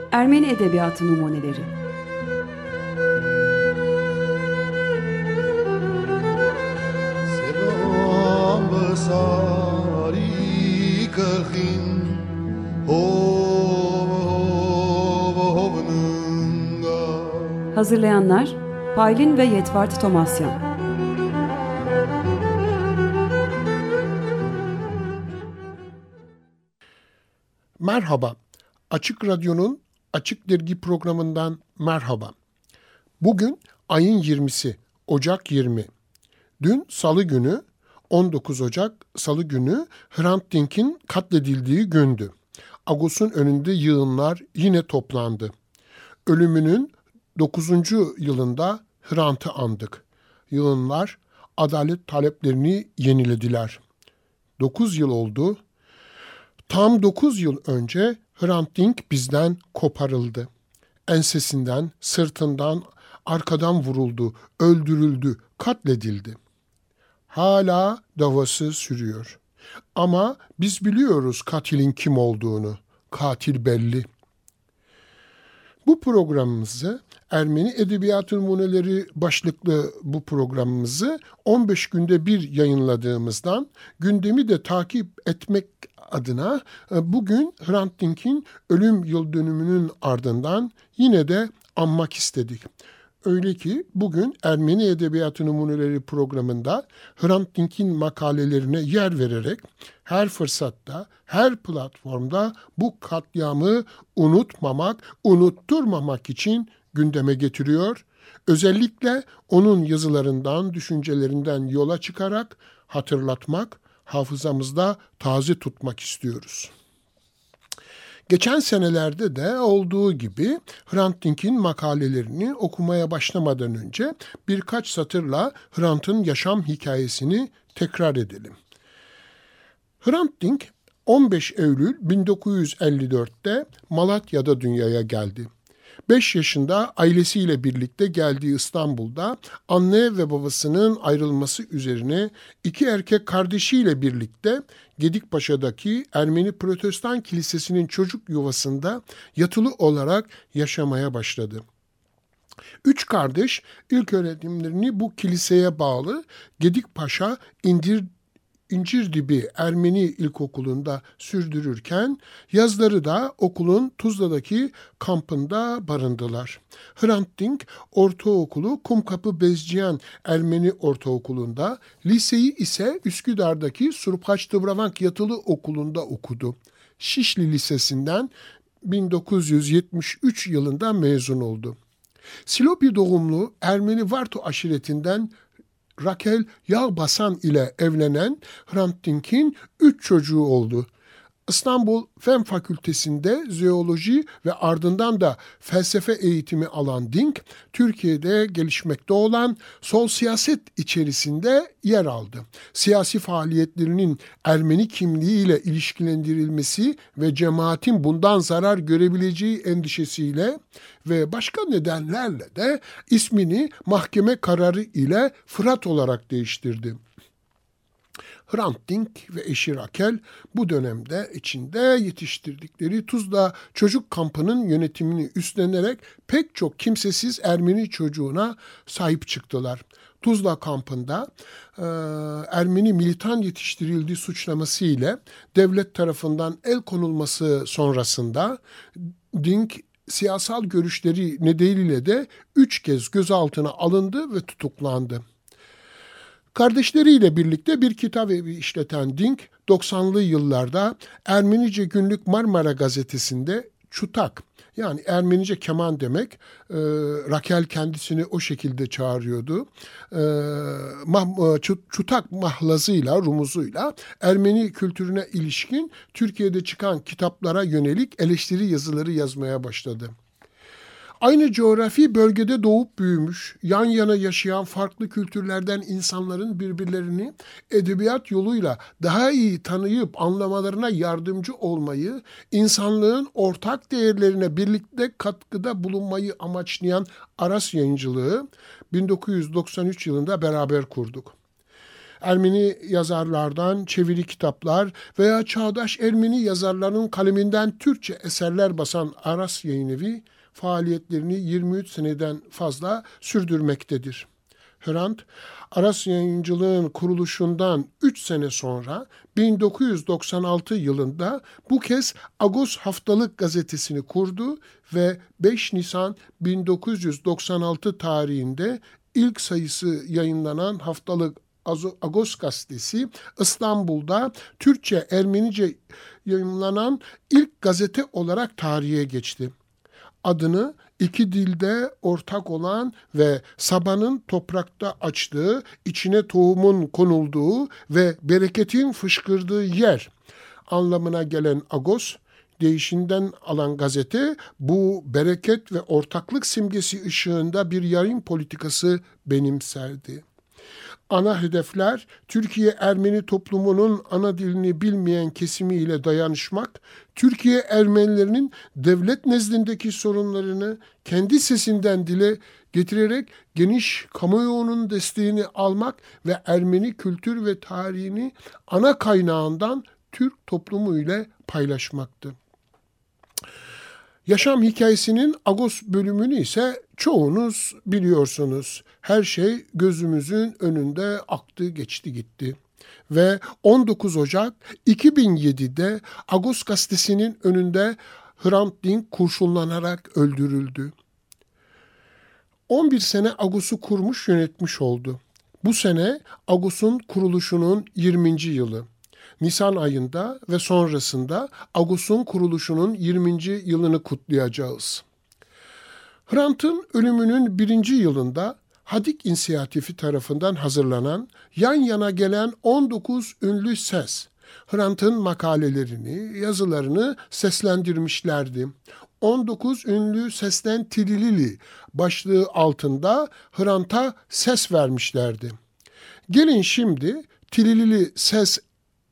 Ermeni Edebiyatı Numuneleri. Hazırlayanlar Paylin ve Yetvart Tomasyan. Merhaba, Açık Radyo'nun Açık Dergi programından merhaba. Bugün ayın 20'si, Ocak 20. Dün Salı günü, 19 Ocak Salı günü Hrant Dink'in katledildiği gündü. Agos'un önünde yığınlar yine toplandı. Ölümünün 9. yılında Hrant'ı andık. Yığınlar adalet taleplerini yenilediler. 9 yıl oldu. Tam 9 yıl önce Hrant Dink bizden koparıldı. Ensesinden, sırtından, arkadan vuruldu, öldürüldü, katledildi. Hala davası sürüyor. Ama biz biliyoruz katilin kim olduğunu. Katil belli. Bu programımızı Ermeni Edebiyatı Numuneleri başlıklı bu programımızı 15 günde bir yayınladığımızdan gündemi de takip etmek adına bugün Hrant Dink'in ölüm yıl dönümünün ardından yine de anmak istedik. Öyle ki bugün Ermeni Edebiyatı Numuneleri programında Hrant Dink'in makalelerine yer vererek her fırsatta, her platformda bu katliamı unutturmamak için gündeme getiriyor. Özellikle onun yazılarından, düşüncelerinden yola çıkarak hatırlatmak, hafızamızda taze tutmak istiyoruz. Geçen senelerde de olduğu gibi Hrant Dink'in makalelerini okumaya başlamadan önce birkaç satırla Hrant'ın yaşam hikayesini tekrar edelim. Hrant Dink 15 Eylül 1954'te Malatya'da dünyaya geldi. 5 yaşında ailesiyle birlikte geldiği İstanbul'da anne ve babasının ayrılması üzerine 2 erkek kardeşiyle birlikte Gedikpaşa'daki Ermeni Protestan Kilisesi'nin çocuk yuvasında yatılı olarak yaşamaya başladı. 3 kardeş ilk öğretimlerini bu kiliseye bağlı Gedikpaşa İncirdibi Ermeni İlkokulu'nda sürdürürken yazları da okulun Tuzla'daki kampında barındılar. Hrant Dink ortaokulu Kumkapı Bezciyan Ermeni Ortaokulu'nda, liseyi ise Üsküdar'daki Surpaç Dıbravank Yatılı Okulu'nda okudu. Şişli Lisesi'nden 1973 yılında mezun oldu. Silopi doğumlu Ermeni Varto aşiretinden Rakel Yağbasan ile evlenen Hrant Dink'in 3 çocuğu oldu. İstanbul Fen Fakültesi'nde zooloji ve ardından da felsefe eğitimi alan Dink, Türkiye'de gelişmekte olan sol siyaset içerisinde yer aldı. Siyasi faaliyetlerinin Ermeni kimliğiyle ilişkilendirilmesi ve cemaatin bundan zarar görebileceği endişesiyle ve başka nedenlerle de ismini mahkeme kararı ile Fırat olarak değiştirdi. Hrant Dink ve eşi Rakel bu dönemde içinde yetiştirdikleri Tuzla Çocuk Kampı'nın yönetimini üstlenerek pek çok kimsesiz Ermeni çocuğuna sahip çıktılar. Tuzla Kampı'nda Ermeni militan yetiştirildiği suçlaması ile devlet tarafından el konulması sonrasında Dink siyasal görüşleri nedeniyle de 3 kez gözaltına alındı ve tutuklandı. Kardeşleriyle birlikte bir kitap evi işleten Dink, 90'lı yıllarda Ermenice Günlük Marmara Gazetesi'nde Çutak, yani Ermenice keman demek, Rakel kendisini o şekilde çağırıyordu, Çutak mahlazıyla, rumuzuyla Ermeni kültürüne ilişkin Türkiye'de çıkan kitaplara yönelik eleştiri yazıları yazmaya başladı. Aynı coğrafi bölgede doğup büyümüş, yan yana yaşayan farklı kültürlerden insanların birbirlerini edebiyat yoluyla daha iyi tanıyıp anlamalarına yardımcı olmayı, insanlığın ortak değerlerine birlikte katkıda bulunmayı amaçlayan Aras Yayıncılığı 1993 yılında beraber kurduk. Ermeni yazarlardan çeviri kitaplar veya çağdaş Ermeni yazarların kaleminden Türkçe eserler basan Aras Yayınevi faaliyetlerini 23 seneden fazla sürdürmektedir. Hrant, Aras Yayıncılığın kuruluşundan 3 sene sonra 1996 yılında bu kez Agos Haftalık gazetesini kurdu ve 5 Nisan 1996 tarihinde ilk sayısı yayınlanan haftalık Agos gazetesi İstanbul'da Türkçe, Ermenice yayınlanan ilk gazete olarak tarihe geçti. Adını iki dilde ortak olan ve sabanın toprakta açtığı, içine tohumun konulduğu ve bereketin fışkırdığı yer anlamına gelen Agos, değişinden alan gazete bu bereket ve ortaklık simgesi ışığında bir yayın politikası benimserdi. Ana hedefler Türkiye Ermeni toplumunun ana dilini bilmeyen kesimiyle dayanışmak, Türkiye Ermenilerinin devlet nezdindeki sorunlarını kendi sesinden dile getirerek geniş kamuoyunun desteğini almak ve Ermeni kültür ve tarihini ana kaynağından Türk toplumu ile paylaşmaktı. Yaşam hikayesinin Agos bölümünü ise çoğunuz biliyorsunuz. Her şey gözümüzün önünde aktı geçti gitti. Ve 19 Ocak 2007'de Agos gazetesinin önünde Hrant Dink kurşunlanarak öldürüldü. 11 sene Agos'u kurmuş yönetmiş oldu. Bu sene Agos'un kuruluşunun 20. yılı. Nisan ayında ve sonrasında Agos'un kuruluşunun 20. yılını kutlayacağız. Hrant'ın ölümünün 1. yılında Hadik İnisiyatifi tarafından hazırlanan yan yana gelen 19 ünlü ses, Hrant'ın makalelerini, yazılarını seslendirmişlerdi. 19 ünlü sesten Tililili başlığı altında Hrant'a ses vermişlerdi. Gelin şimdi Tililili ses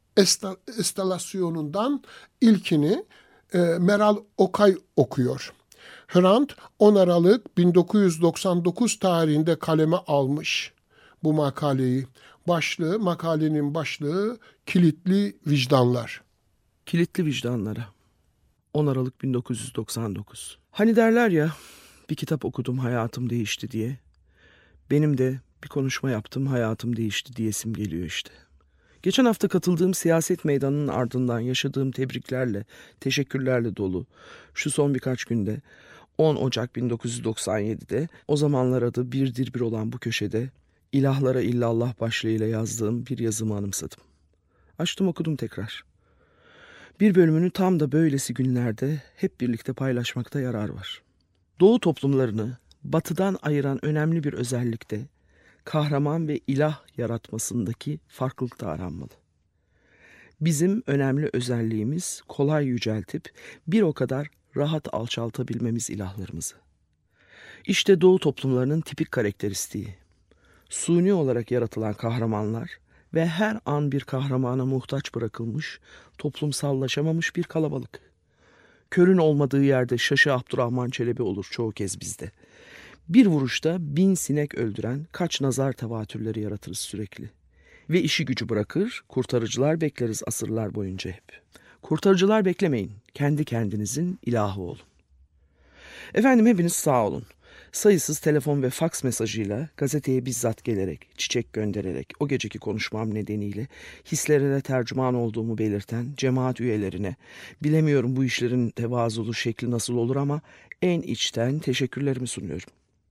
enstalasyonundan ilkini Meral Okay okuyor. Hrant 10 Aralık 1999 tarihinde kaleme almış bu makaleyi. Makalenin başlığı Kilitli Vicdanlar. Kilitli vicdanlara. 10 Aralık 1999. Hani derler ya, bir kitap okudum hayatım değişti diye. Benim de bir konuşma yaptım hayatım değişti diyesim geliyor işte. Geçen hafta katıldığım siyaset meydanının ardından yaşadığım tebriklerle, teşekkürlerle dolu şu son birkaç günde 10 Ocak 1997'de o zamanlar adı Birdir Bir olan bu köşede İlahlara illallah başlığıyla yazdığım bir yazımı anımsadım. Açtım okudum tekrar. Bir bölümünü tam da böylesi günlerde hep birlikte paylaşmakta yarar var. Doğu toplumlarını Batı'dan ayıran önemli bir özellikte kahraman ve ilah yaratmasındaki farklılık da aranmalı. Bizim önemli özelliğimiz kolay yüceltip bir o kadar rahat alçaltabilmemiz ilahlarımızı. İşte Doğu toplumlarının tipik karakteristiği. Suni olarak yaratılan kahramanlar ve her an bir kahramana muhtaç bırakılmış, toplumsallaşamamış bir kalabalık. Körün olmadığı yerde Şaşı Abdurrahman Çelebi olur çoğu kez bizde. Bir vuruşta 1000 sinek öldüren kaç nazar tevatürleri yaratırız sürekli. Ve işi gücü bırakır, kurtarıcılar bekleriz asırlar boyunca hep. Kurtarıcılar beklemeyin, kendi kendinizin ilahı olun. Efendim hepiniz sağ olun. Sayısız telefon ve faks mesajıyla, gazeteye bizzat gelerek, çiçek göndererek, o geceki konuşmam nedeniyle hislerine tercüman olduğumu belirten cemaat üyelerine, bilemiyorum bu işlerin tevazulu şekli nasıl olur ama en içten teşekkürlerimi sunuyorum.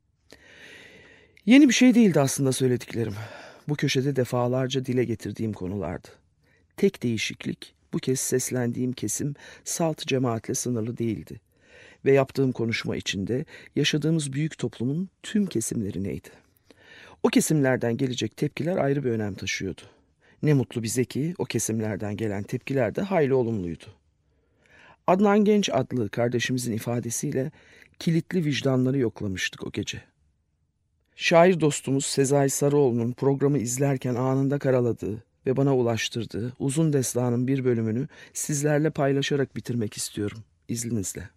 Yeni bir şey değildi aslında söylediklerim. Bu köşede defalarca dile getirdiğim konulardı. Tek değişiklik bu kez seslendiğim kesim salt cemaatle sınırlı değildi. Ve yaptığım konuşma içinde yaşadığımız büyük toplumun tüm kesimlerineydi. O kesimlerden gelecek tepkiler ayrı bir önem taşıyordu. Ne mutlu bize ki o kesimlerden gelen tepkiler de hayli olumluydu. Adnan Genç adlı kardeşimizin ifadesiyle kilitli vicdanları yoklamıştık o gece. Şair dostumuz Sezai Sarıoğlu'nun programı izlerken anında karaladığı ve bana ulaştırdığı uzun destanın bir bölümünü sizlerle paylaşarak bitirmek istiyorum, izninizle.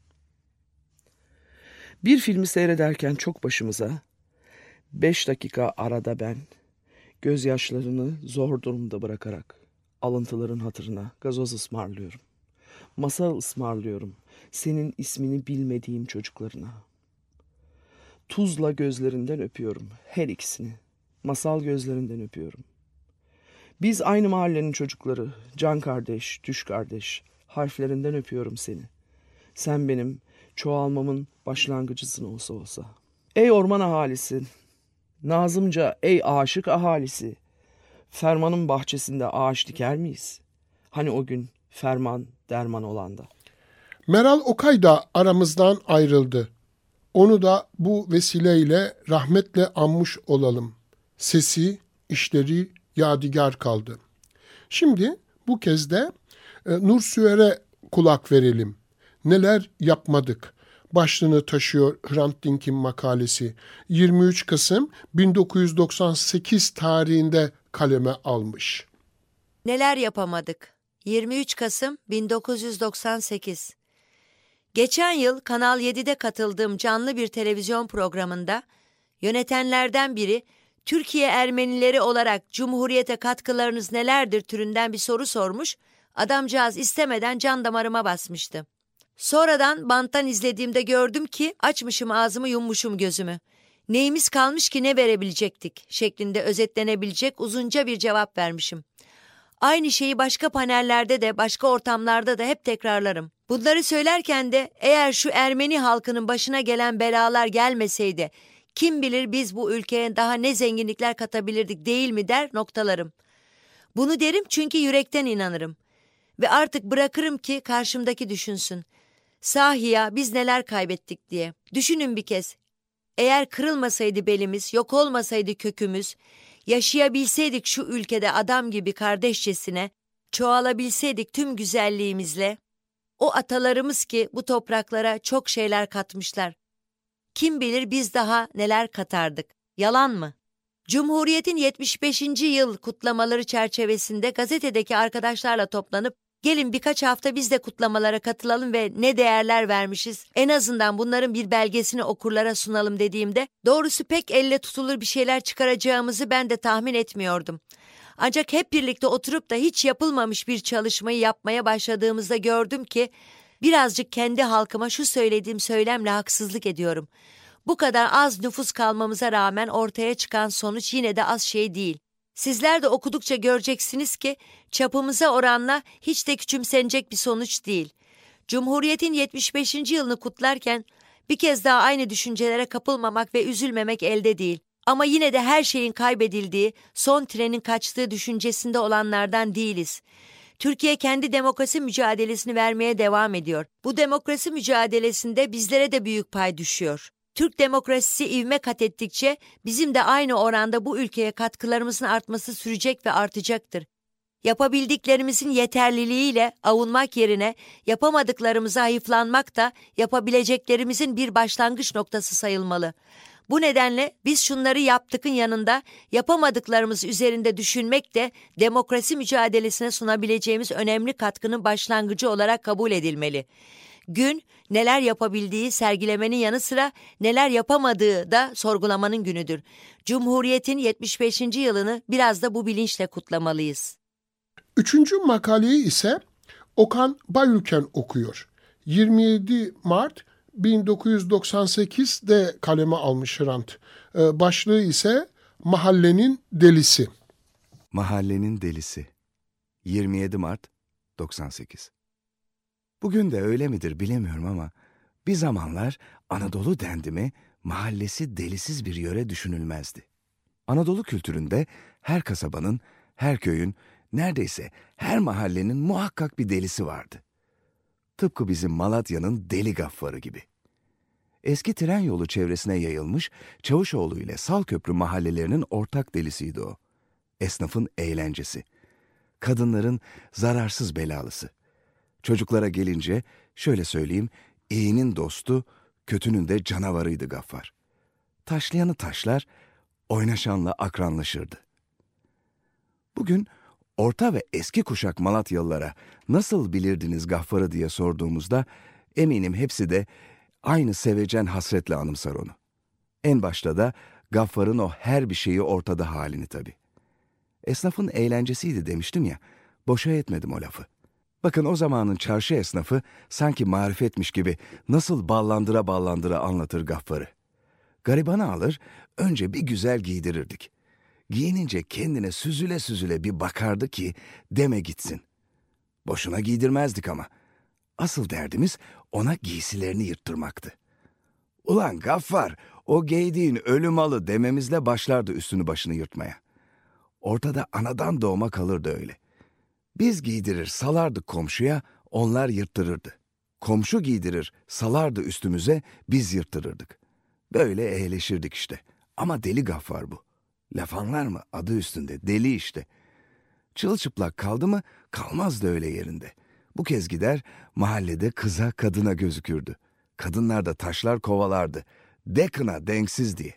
Bir filmi seyrederken çok başımıza, 5 dakika arada ben, Gözyaşlarını zor durumda bırakarak alıntıların hatırına gazoz ısmarlıyorum. Masal ısmarlıyorum senin ismini bilmediğim çocuklarına. Tuzla gözlerinden öpüyorum her ikisini. Masal gözlerinden öpüyorum. Biz aynı mahallenin çocukları, can kardeş, düş kardeş, harflerinden öpüyorum seni. Sen benim çoğalmamın başlangıcısın olsa. Ey orman ahalisi, Nazımca ey aşık ahalisi, fermanın bahçesinde ağaç diker miyiz? Hani o gün ferman derman olanda. Meral Okay da aramızdan ayrıldı. Onu da bu vesileyle rahmetle anmış olalım. Sesi, işleri yadigar kaldı. Şimdi bu kez de Nur Süer'e kulak verelim. Neler yapmadık başlığını taşıyor Hrant Dink'in makalesi. 23 Kasım 1998 tarihinde kaleme almış. Neler yapamadık? 23 Kasım 1998. Geçen yıl Kanal 7'de katıldığım canlı bir televizyon programında yönetenlerden biri Türkiye Ermenileri olarak Cumhuriyete katkılarınız nelerdir türünden bir soru sormuş, adamcağız istemeden can damarıma basmıştı. Sonradan banttan izlediğimde gördüm ki açmışım ağzımı yummuşum gözümü. Neyimiz kalmış ki ne verebilecektik şeklinde özetlenebilecek uzunca bir cevap vermişim. Aynı şeyi başka panellerde de başka ortamlarda da hep tekrarlarım. Bunları söylerken de eğer şu Ermeni halkının başına gelen belalar gelmeseydi kim bilir biz bu ülkeye daha ne zenginlikler katabilirdik değil mi der noktalarım. Bunu derim çünkü yürekten inanırım. Ve artık bırakırım ki karşımdaki düşünsün. Sahi ya biz neler kaybettik diye. Düşünün bir kez. Eğer kırılmasaydı belimiz, yok olmasaydı kökümüz, yaşayabilseydik şu ülkede adam gibi kardeşçesine, çoğalabilseydik tüm güzelliğimizle, o atalarımız ki bu topraklara çok şeyler katmışlar. Kim bilir biz daha neler katardık. Yalan mı? Cumhuriyet'in 75. yıl kutlamaları çerçevesinde gazetedeki arkadaşlarla toplanıp gelin birkaç hafta biz de kutlamalara katılalım ve ne değerler vermişiz, en azından bunların bir belgesini okurlara sunalım dediğimde doğrusu pek elle tutulur bir şeyler çıkaracağımızı ben de tahmin etmiyordum. Ancak hep birlikte oturup da hiç yapılmamış bir çalışmayı yapmaya başladığımızda gördüm ki birazcık kendi halkıma şu söylediğim söylemle haksızlık ediyorum. Bu kadar az nüfus kalmamıza rağmen ortaya çıkan sonuç yine de az şey değil. Sizler de okudukça göreceksiniz ki çapımıza oranla hiç de küçümsenecek bir sonuç değil. Cumhuriyet'in 75. yılını kutlarken bir kez daha aynı düşüncelere kapılmamak ve üzülmemek elde değil. Ama yine de her şeyin kaybedildiği, son trenin kaçtığı düşüncesinde olanlardan değiliz. Türkiye kendi demokrasi mücadelesini vermeye devam ediyor. Bu demokrasi mücadelesinde bizlere de büyük pay düşüyor. Türk demokrasisi ivme kat ettikçe bizim de aynı oranda bu ülkeye katkılarımızın artması sürecek ve artacaktır. Yapabildiklerimizin yeterliliğiyle avunmak yerine yapamadıklarımıza hayıflanmak da yapabileceklerimizin bir başlangıç noktası sayılmalı. Bu nedenle biz şunları yaptıkın yanında yapamadıklarımız üzerinde düşünmek de demokrasi mücadelesine sunabileceğimiz önemli katkının başlangıcı olarak kabul edilmeli. Gün, neler yapabildiği sergilemenin yanı sıra neler yapamadığı da sorgulamanın günüdür. Cumhuriyet'in 75. yılını biraz da bu bilinçle kutlamalıyız. 3. makaleyi ise Okan Bayülken okuyor. 27 Mart 1998'de kaleme almış Hrant. Başlığı ise Mahallenin Delisi. Mahallenin Delisi. 27 Mart 98. Bugün de öyle midir bilemiyorum ama bir zamanlar Anadolu dendi mi mahallesi delisiz bir yöre düşünülmezdi. Anadolu kültüründe her kasabanın, her köyün, neredeyse her mahallenin muhakkak bir delisi vardı. Tıpkı bizim Malatya'nın Deli Gaffarı gibi. Eski tren yolu çevresine yayılmış Çavuşoğlu ile Salköprü mahallelerinin ortak delisiydi o. Esnafın eğlencesi. Kadınların zararsız belalısı. Çocuklara gelince şöyle söyleyeyim, iyinin dostu, kötünün de canavarıydı Gaffar. Taşlayanı taşlar, oynaşanla akranlaşırdı. Bugün orta ve eski kuşak Malatyalılara nasıl bilirdiniz Gaffar'ı diye sorduğumuzda eminim hepsi de aynı sevecen hasretle anımsar onu. En başta da Gaffar'ın o her bir şeyi ortada halini tabii. Esnafın eğlencesiydi demiştim ya, boşa etmedim o lafı. Bakın o zamanın çarşı esnafı sanki marifetmiş gibi nasıl ballandıra ballandıra anlatır Gaffar'ı. Garibanı alır, önce bir güzel giydirirdik. Giyinince kendine süzüle süzüle bir bakardı ki deme gitsin. Boşuna giydirmezdik ama. Asıl derdimiz ona giysilerini yırttırmaktı. Ulan Gaffar, o giydiğin ölü malı dememizle başlardı üstünü başını yırtmaya. Ortada anadan doğma kalırdı öyle. Biz giydirir salardık komşuya, onlar yırttırırdı. Komşu giydirir salardı üstümüze, biz yırttırırdık. Böyle eğleşirdik işte. Ama deli Gaffar bu. Laf anlar mı? Adı üstünde, deli işte. Çılçıplak kaldı mı kalmazdı öyle yerinde. Bu kez gider mahallede kıza kadına gözükürdü. Kadınlar da taşlar kovalardı. De kına denksiz diye.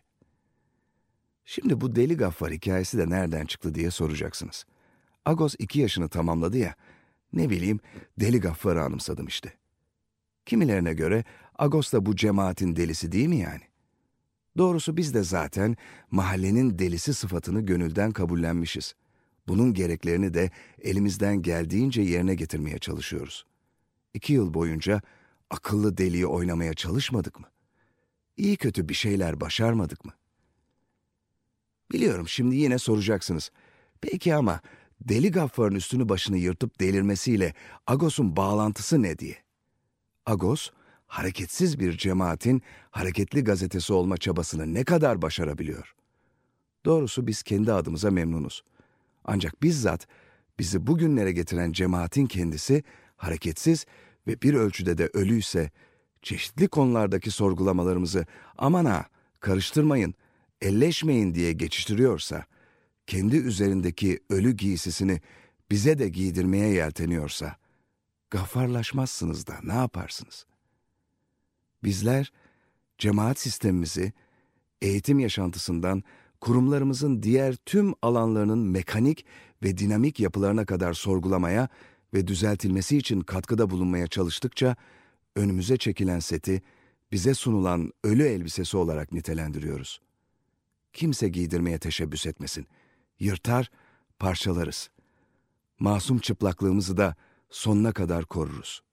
Şimdi bu deli Gaffar hikayesi de nereden çıktı diye soracaksınız. Agos 2 yaşını tamamladı ya, ne bileyim deli Gaffar'ı anımsadım işte. Kimilerine göre Agos da bu cemaatin delisi değil mi yani? Doğrusu biz de zaten mahallenin delisi sıfatını gönülden kabullenmişiz. Bunun gereklerini de elimizden geldiğince yerine getirmeye çalışıyoruz. 2 yıl boyunca akıllı deliyi oynamaya çalışmadık mı? İyi kötü bir şeyler başarmadık mı? Biliyorum şimdi yine soracaksınız. Peki ama deli Gaffar'ın üstünü başını yırtıp delirmesiyle Agos'un bağlantısı ne diye? Agos, hareketsiz bir cemaatin hareketli gazetesi olma çabasını ne kadar başarabiliyor? Doğrusu biz kendi adımıza memnunuz. Ancak bizzat bizi bugünlere getiren cemaatin kendisi hareketsiz ve bir ölçüde de ölüyse, çeşitli konulardaki sorgulamalarımızı aman ha karıştırmayın, elleşmeyin diye geçiştiriyorsa, kendi üzerindeki ölü giysisini bize de giydirmeye yelteniyorsa, gaffarlaşmazsınız da ne yaparsınız? Bizler cemaat sistemimizi eğitim yaşantısından kurumlarımızın diğer tüm alanlarının mekanik ve dinamik yapılarına kadar sorgulamaya ve düzeltilmesi için katkıda bulunmaya çalıştıkça önümüze çekilen seti bize sunulan ölü elbisesi olarak nitelendiriyoruz. Kimse giydirmeye teşebbüs etmesin. Yırtar, parçalarız. Masum çıplaklığımızı da sonuna kadar koruruz.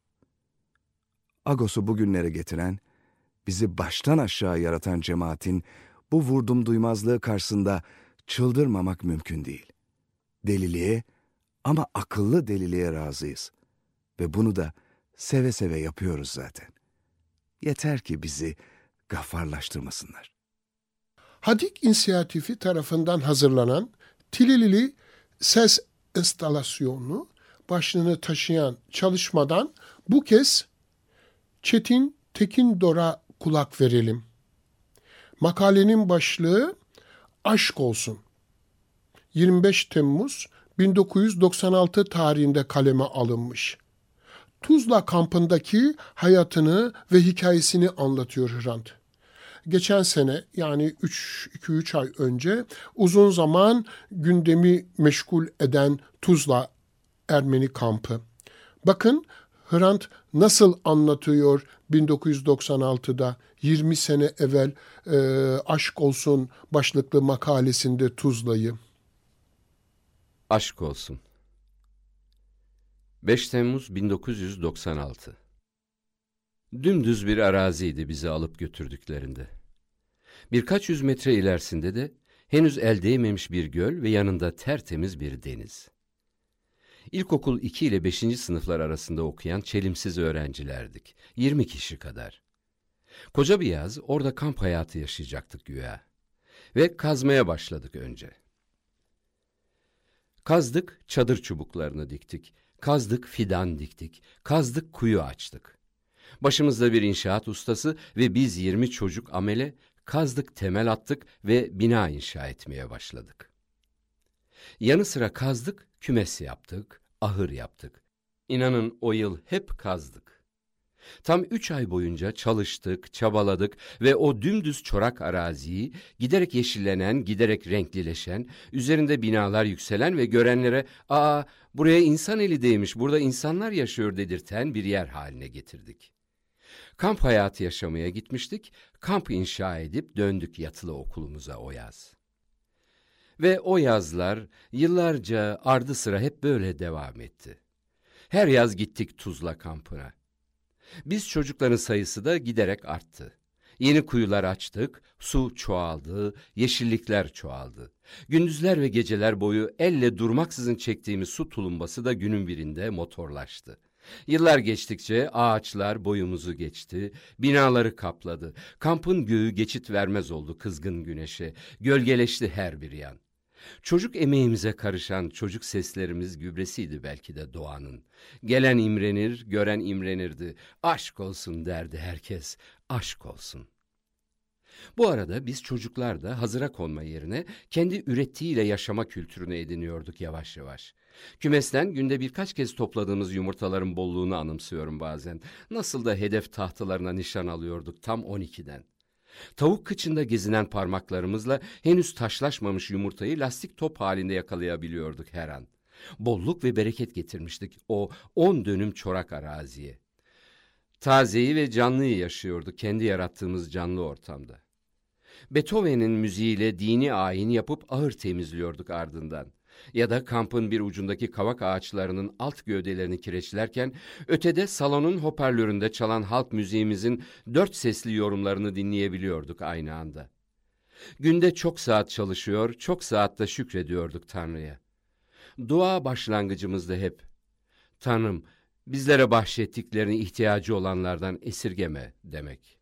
Agos'u bugünlere getiren, bizi baştan aşağı yaratan cemaatin bu vurdum duymazlığı karşısında çıldırmamak mümkün değil. Deliliğe ama akıllı deliliğe razıyız. Ve bunu da seve seve yapıyoruz zaten. Yeter ki bizi gaffarlaştırmasınlar. Hadik İnisiyatifi tarafından hazırlanan Tililili ses enstalasyonu başlığını taşıyan çalışmadan bu kez Çetin Tekindor'a kulak verelim. Makalenin başlığı Aşk Olsun. 25 Temmuz 1996 tarihinde kaleme alınmış. Tuzla kampındaki hayatını ve hikayesini anlatıyor Hrant. Geçen sene yani 2-3 ay önce uzun zaman gündemi meşgul eden Tuzla Ermeni kampı. Bakın Hrant nasıl anlatıyor 1996'da 20 evvel evvel Aşk Olsun başlıklı makalesinde Tuzla'yı. Aşk olsun. 5 Temmuz 1996. Dümdüz bir araziydi bizi alıp götürdüklerinde. Birkaç yüz metre ilerisinde de henüz el değmemiş bir göl ve yanında tertemiz bir deniz. İlkokul 2 ile 5. sınıflar arasında okuyan çelimsiz öğrencilerdik. 20 kişi kadar. Koca bir yaz orada kamp hayatı yaşayacaktık güya. Ve kazmaya başladık önce. Kazdık, çadır çubuklarını diktik. Kazdık, fidan diktik. Kazdık, kuyu açtık. Başımızda bir inşaat ustası ve biz 20 çocuk amele kazdık, temel attık ve bina inşa etmeye başladık. Yanı sıra kazdık, kümes yaptık, ahır yaptık. İnanın o yıl hep kazdık. Tam 3 ay boyunca çalıştık, çabaladık ve o dümdüz çorak araziyi giderek yeşillenen, giderek renklileşen, üzerinde binalar yükselen ve görenlere "Aa, buraya insan eli değmiş, burada insanlar yaşıyor" dedirten bir yer haline getirdik. Kamp hayatı yaşamaya gitmiştik, kamp inşa edip döndük yatılı okulumuza o yaz. Ve o yazlar yıllarca ardı sıra hep böyle devam etti. Her yaz gittik Tuzla kampına. Biz çocukların sayısı da giderek arttı. Yeni kuyular açtık, su çoğaldı, yeşillikler çoğaldı. Gündüzler ve geceler boyu elle durmaksızın çektiğimiz su tulumbası da günün birinde motorlaştı. Yıllar geçtikçe ağaçlar boyumuzu geçti, binaları kapladı. Kampın göğü geçit vermez oldu kızgın güneşe, gölgeleşti her bir yan. Çocuk emeğimize karışan çocuk seslerimiz gübresiydi belki de doğanın. Gelen imrenir, gören imrenirdi. Aşk olsun derdi herkes, aşk olsun. Bu arada biz çocuklar da hazıra konma yerine kendi ürettiğiyle yaşama kültürünü ediniyorduk yavaş yavaş. Kümesten günde birkaç kez topladığımız yumurtaların bolluğunu anımsıyorum bazen. Nasıl da hedef tahtalarına nişan alıyorduk tam 12'den. Tavuk kıçında gezinen parmaklarımızla henüz taşlaşmamış yumurtayı lastik top halinde yakalayabiliyorduk her an. Bolluk ve bereket getirmiştik o 10 dönüm çorak araziye. Tazeyi ve canlıyı yaşıyorduk kendi yarattığımız canlı ortamda. Beethoven'in müziğiyle dini ayin yapıp ahır temizliyorduk ardından. Ya da kampın bir ucundaki kavak ağaçlarının alt gövdelerini kireçlerken, ötede salonun hoparlöründe çalan halk müziğimizin 4 sesli yorumlarını dinleyebiliyorduk aynı anda. Günde çok saat çalışıyor, çok saatte şükrediyorduk Tanrı'ya. Dua başlangıcımızda hep, Tanrım, bizlere bahşettiklerini ihtiyacı olanlardan esirgeme demek.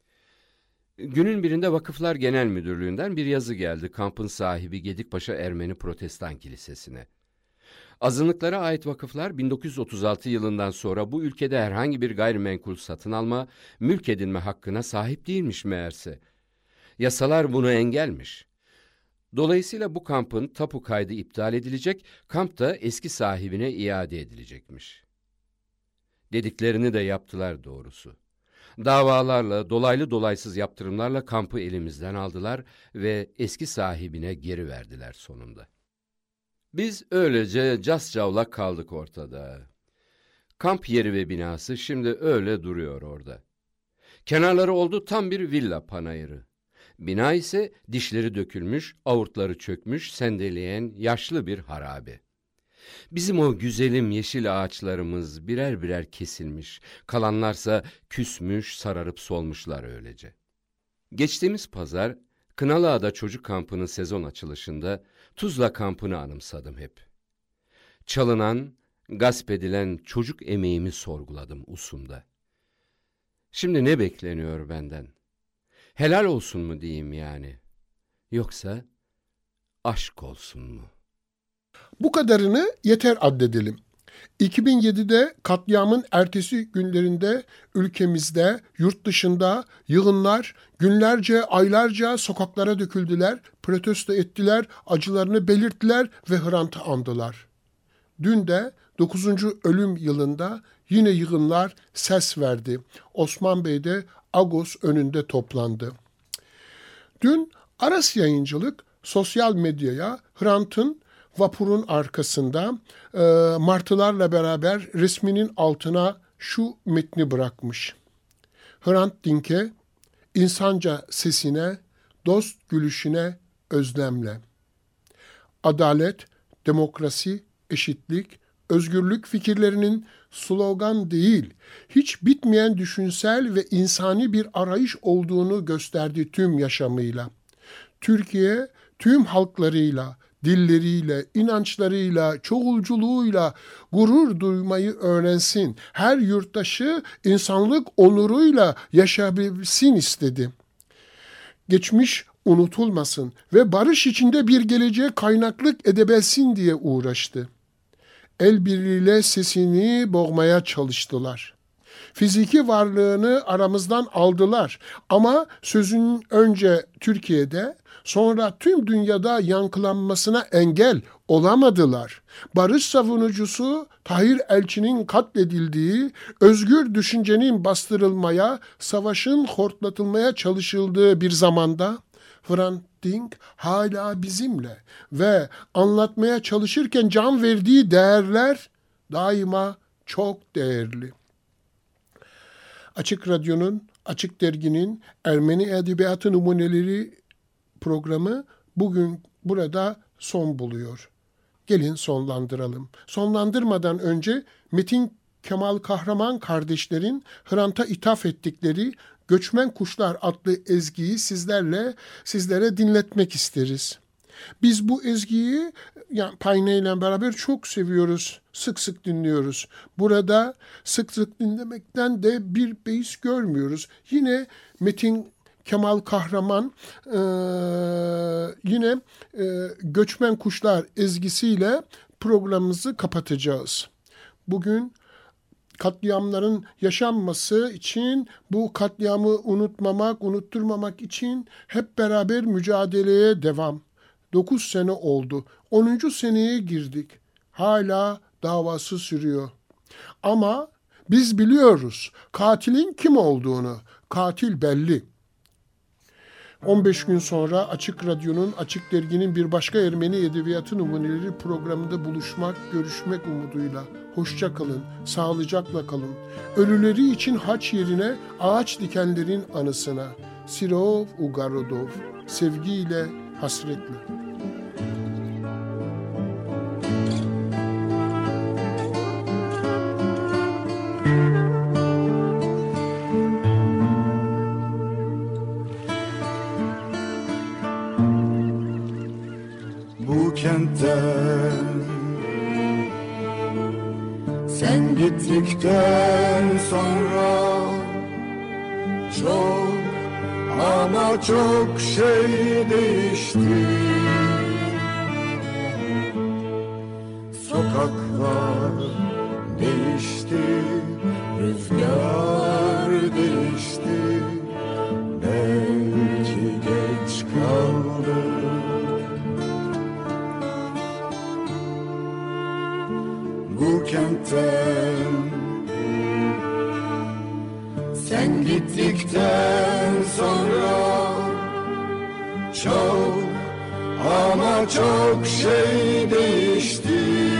Günün birinde Vakıflar Genel Müdürlüğü'nden bir yazı geldi kampın sahibi Gedikpaşa Ermeni Protestan Kilisesi'ne. Azınlıklara ait vakıflar 1936 yılından sonra bu ülkede herhangi bir gayrimenkul satın alma, mülk edinme hakkına sahip değilmiş meğerse. Yasalar bunu engelmiş. Dolayısıyla bu kampın tapu kaydı iptal edilecek, kamp da eski sahibine iade edilecekmiş. Dediklerini de yaptılar doğrusu. Davalarla, dolaylı dolaysız yaptırımlarla kampı elimizden aldılar ve eski sahibine geri verdiler sonunda. Biz öylece cascavlak kaldık ortada. Kamp yeri ve binası şimdi öyle duruyor orada. Kenarları oldu tam bir villa panayırı. Bina ise dişleri dökülmüş, avurtları çökmüş, sendeleyen yaşlı bir harabe. Bizim o güzelim yeşil ağaçlarımız birer birer kesilmiş, kalanlarsa küsmüş, sararıp solmuşlar öylece. Geçtiğimiz pazar, Kınalıada Çocuk Kampı'nın sezon açılışında Tuzla Kampı'nı anımsadım hep. Çalınan, gasp edilen çocuk emeğimi sorguladım usumda. Şimdi ne bekleniyor benden? Helal olsun mu diyeyim yani? Yoksa aşk olsun mu? Bu kadarını yeter addedelim. 2007'de katliamın ertesi günlerinde ülkemizde, yurt dışında yığınlar günlerce, aylarca sokaklara döküldüler, protesto ettiler, acılarını belirttiler ve Hrant'ı andılar. Dün de 9. ölüm yılında yine yığınlar ses verdi. Osman Bey'de Agos önünde toplandı. Dün Aras Yayıncılık sosyal medyaya Hrant'ın vapurun arkasında martılarla beraber resminin altına şu metni bırakmış. Hrant Dink'e, insanca sesine, dost gülüşüne özlemle. Adalet, demokrasi, eşitlik, özgürlük fikirlerinin slogan değil, hiç bitmeyen düşünsel ve insani bir arayış olduğunu gösterdi tüm yaşamıyla. Türkiye, tüm halklarıyla, dilleriyle, inançlarıyla, çoğulculuğuyla gurur duymayı öğrensin. Her yurttaşı insanlık onuruyla yaşayabilsin istedi. Geçmiş unutulmasın ve barış içinde bir geleceğe kaynaklık edebilsin diye uğraştı. El birliğiyle sesini boğmaya çalıştılar. Fiziki varlığını aramızdan aldılar ama sözün önce Türkiye'de, sonra tüm dünyada yankılanmasına engel olamadılar. Barış savunucusu Tahir Elçi'nin katledildiği, özgür düşüncenin bastırılmaya, savaşın hortlatılmaya çalışıldığı bir zamanda Hrant Dink hala bizimle ve anlatmaya çalışırken can verdiği değerler daima çok değerli. Açık Radyo'nun, Açık Dergi'nin Ermeni Edebiyatı Numuneleri programı bugün burada son buluyor. Gelin sonlandıralım. Sonlandırmadan önce Metin Kemal Kahraman kardeşlerin Hrant'a ithaf ettikleri Göçmen Kuşlar adlı ezgiyi sizlere dinletmek isteriz. Biz bu ezgiyi Payne ile beraber çok seviyoruz. Sık sık dinliyoruz. Burada sık sık dinlemekten de bir beis görmüyoruz. Yine Metin Kemal Kahraman yine Göçmen Kuşlar ezgisiyle programımızı kapatacağız. Bugün katliamların yaşanması için, bu katliamı unutturmamak için hep beraber mücadeleye devam. 9 sene oldu. 10. seneye girdik. Hala davası sürüyor. Ama biz biliyoruz katilin kim olduğunu. Katil belli. 15 gün sonra Açık Radyo'nun, Açık Dergi'nin bir başka Ermeni Edebiyatı Numuneleri programında görüşmek umuduyla. Hoşça kalın, sağlıcakla kalın. Ölüleri için haç yerine ağaç dikenlerin anısına. Sirov Ugarodov, sevgiyle, hasretle. Bu kentten sen gittikten sonra çok ama çok şey değişti. Sokaklar değişti, rüzgar değişti. Belki geç kaldık. Bu kentten sen gittikten sonra çok ama çok şey değişti.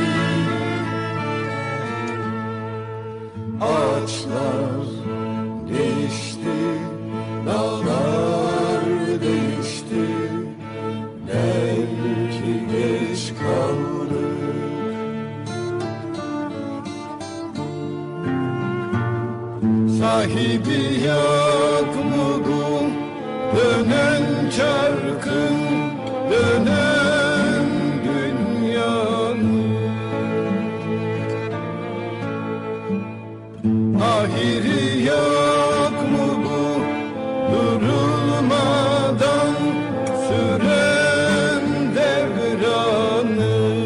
Ağaçlar değişti, dağlar değişti. Belki geç kaldı. Sahibi yok mu bu dönen çarkın, dönen dünyanın? Ahiri yok mu bu durulmadan süren devranın?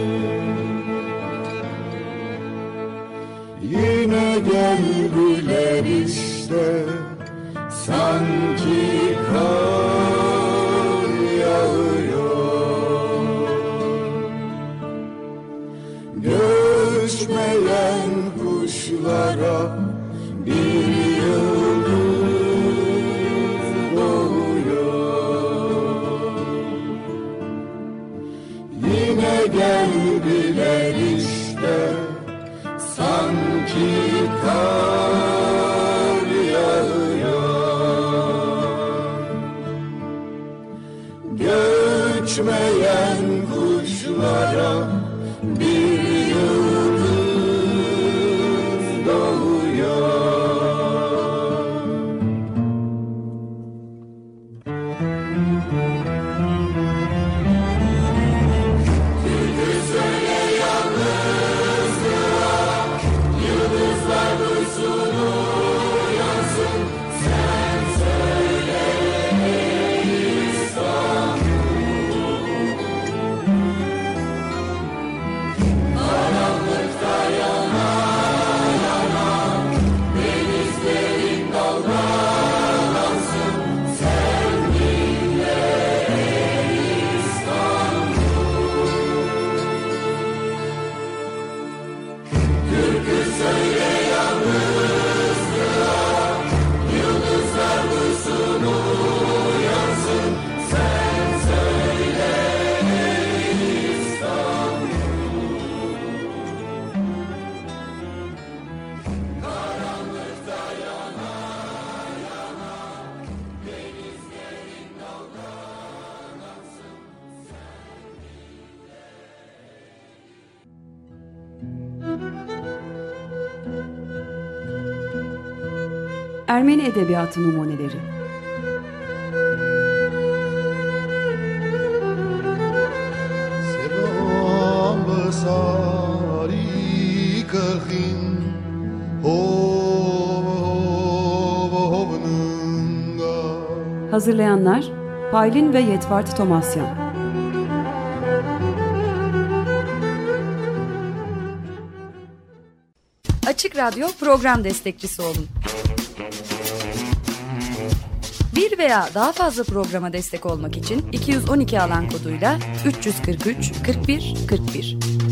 Yine geldiler işte, sanki kar yağıyor. Göçmeyen kuşlara bir yıldız doğuyor. Yine geldiler işte, sanki kar yağıyor. Göçmeyen kuşlara bir yıldız doğuyor. Türkü söyle yalnızlığa, yıldızlar duysun. Ermeni Edebiyatı Numuneleri. Hazırlayanlar Paylin ve Yetvart Tomasyan. Açık Radyo program destekçisi olun. Bir veya daha fazla programa destek olmak için 212 alan koduyla 343 41 41.